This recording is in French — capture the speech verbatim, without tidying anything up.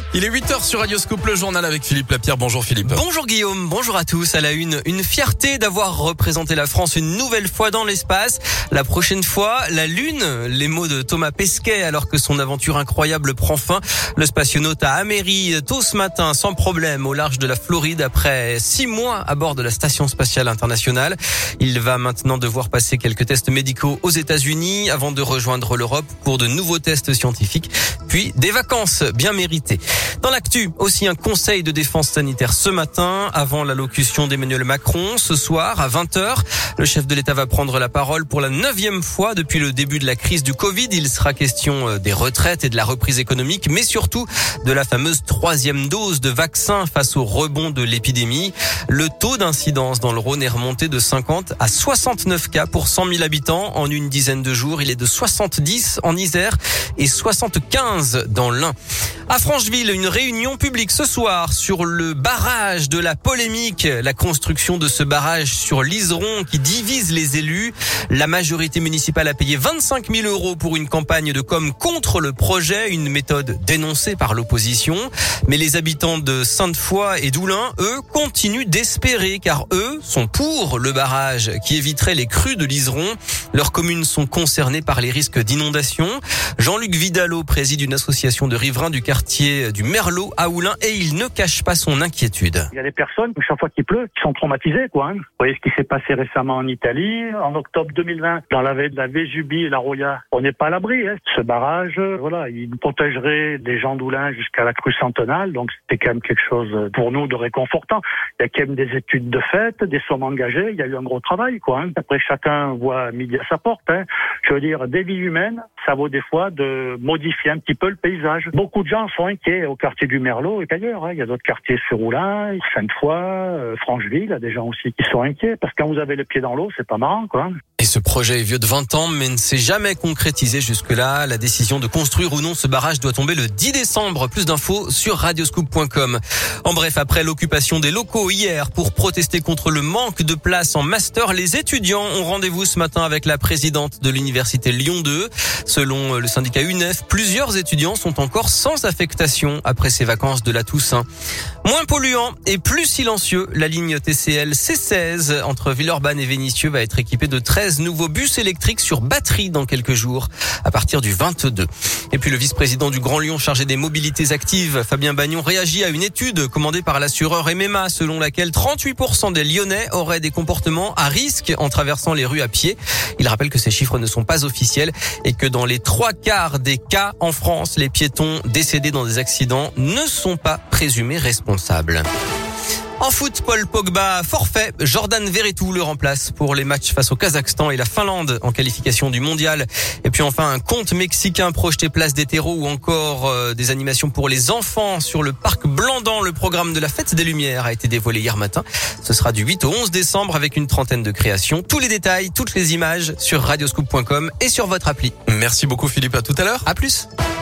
Il est huit heures sur Radio Scoop, le journal avec Philippe Lapierre. Bonjour Philippe. Bonjour Guillaume, bonjour à tous. À la une, une fierté d'avoir représenté la France une nouvelle fois dans l'espace. La prochaine fois, la Lune. Les mots de Thomas Pesquet alors que son aventure incroyable prend fin. Le spationaute a améri tôt ce matin sans problème au large de la Floride après six mois à bord de la Station Spatiale Internationale. Il va maintenant devoir passer quelques tests médicaux aux États-Unis avant de rejoindre l'Europe pour de nouveaux tests scientifiques, puis des vacances bien méritées. Dans l'actu, aussi un conseil de défense sanitaire ce matin, avant l'allocution d'Emmanuel Macron. Ce soir, à vingt heures, le chef de l'État va prendre la parole pour la neuvième fois depuis le début de la crise du Covid. Il sera question des retraites et de la reprise économique, mais surtout de la fameuse troisième dose de vaccin face au rebond de l'épidémie. Le taux d'incidence dans le Rhône est remonté de cinquante à soixante-neuf cas pour cent mille habitants en une dizaine de jours. Il est de soixante-dix en Isère et soixante-quinze dans l'Ain. À Francheville, une réunion publique ce soir sur le barrage de la polémique, la construction de ce barrage sur l'Iseron qui divise les élus. La majorité municipale a payé vingt-cinq mille euros pour une campagne de com contre le projet, une méthode dénoncée par l'opposition. Mais les habitants de Sainte-Foy et d'Oulin, eux, continuent d'espérer car eux sont pour le barrage qui éviterait les crues de l'Iseron. Leurs communes sont concernées par les risques d'inondation. Jean-Luc Vidalot préside une association de riverains du quartier du Merlot à Oulin et il ne cache pas son inquiétude. Il y a des personnes, chaque fois qu'il pleut, qui sont traumatisées, quoi. Hein. Vous voyez ce qui s'est passé récemment en Italie, en octobre deux mille vingt, dans la vallée de la Vésubie et la Roya. On n'est pas à l'abri. Hein. Ce barrage, voilà, il protégerait les gens d'Oulin jusqu'à la crue centenale, donc c'était quand même quelque chose pour nous de réconfortant. Il y a quand même des études de fait, des sommes engagées, il y a eu un gros travail, quoi. Hein. Après, chacun voit midi à sa porte. Hein. Je veux dire, des vies humaines, ça vaut des fois de modifier un petit peu le paysage. Beaucoup de gens sont inquiets au quartier du Merlot et qu'ailleurs. Hein. Il y a d'autres quartiers sur Oulin, Sainte-Foy, euh, Francheville, il y a des gens aussi qui sont inquiets parce que quand vous avez le pied dans l'eau, c'est pas marrant, quoi. Et ce projet est vieux de vingt ans, mais ne s'est jamais concrétisé jusque-là. La décision de construire ou non ce barrage doit tomber le dix décembre. Plus d'infos sur radioscoop point com. En bref, après l'occupation des locaux hier pour protester contre le manque de place en master, les étudiants ont rendez-vous ce matin avec la présidente de l'université Lyon deux. Selon le syndicat U N E F, plusieurs étudiants sont encore sans affectation après ces vacances de la Toussaint. Moins polluant et plus silencieux, la ligne T C L C seize entre Villeurbanne et Vénissieux va être équipée de treize nouveaux bus électriques sur batterie dans quelques jours, à partir du vingt-deux. Et puis le vice-président du Grand Lyon chargé des mobilités actives, Fabien Bagnon, réagit à une étude commandée par l'assureur M M A selon laquelle trente-huit pour cent des Lyonnais auraient des comportements à risque en traversant les rues à pied. Il rappelle que ces chiffres ne sont pas officiels et que dans les trois quarts des cas en France, les piétons décédés dans des accidents ne sont pas présumés responsables. En foot, Paul Pogba forfait. Jordan Verretou le remplace pour les matchs face au Kazakhstan et la Finlande en qualification du mondial. Et puis enfin, un conte mexicain projeté place des terreaux ou encore euh, des animations pour les enfants sur le parc Blandan. Le programme de la Fête des Lumières a été dévoilé hier matin. Ce sera du huit au onze décembre avec une trentaine de créations. Tous les détails, toutes les images sur radioscoop point com et sur votre appli. Merci beaucoup Philippe, à tout à l'heure. À plus.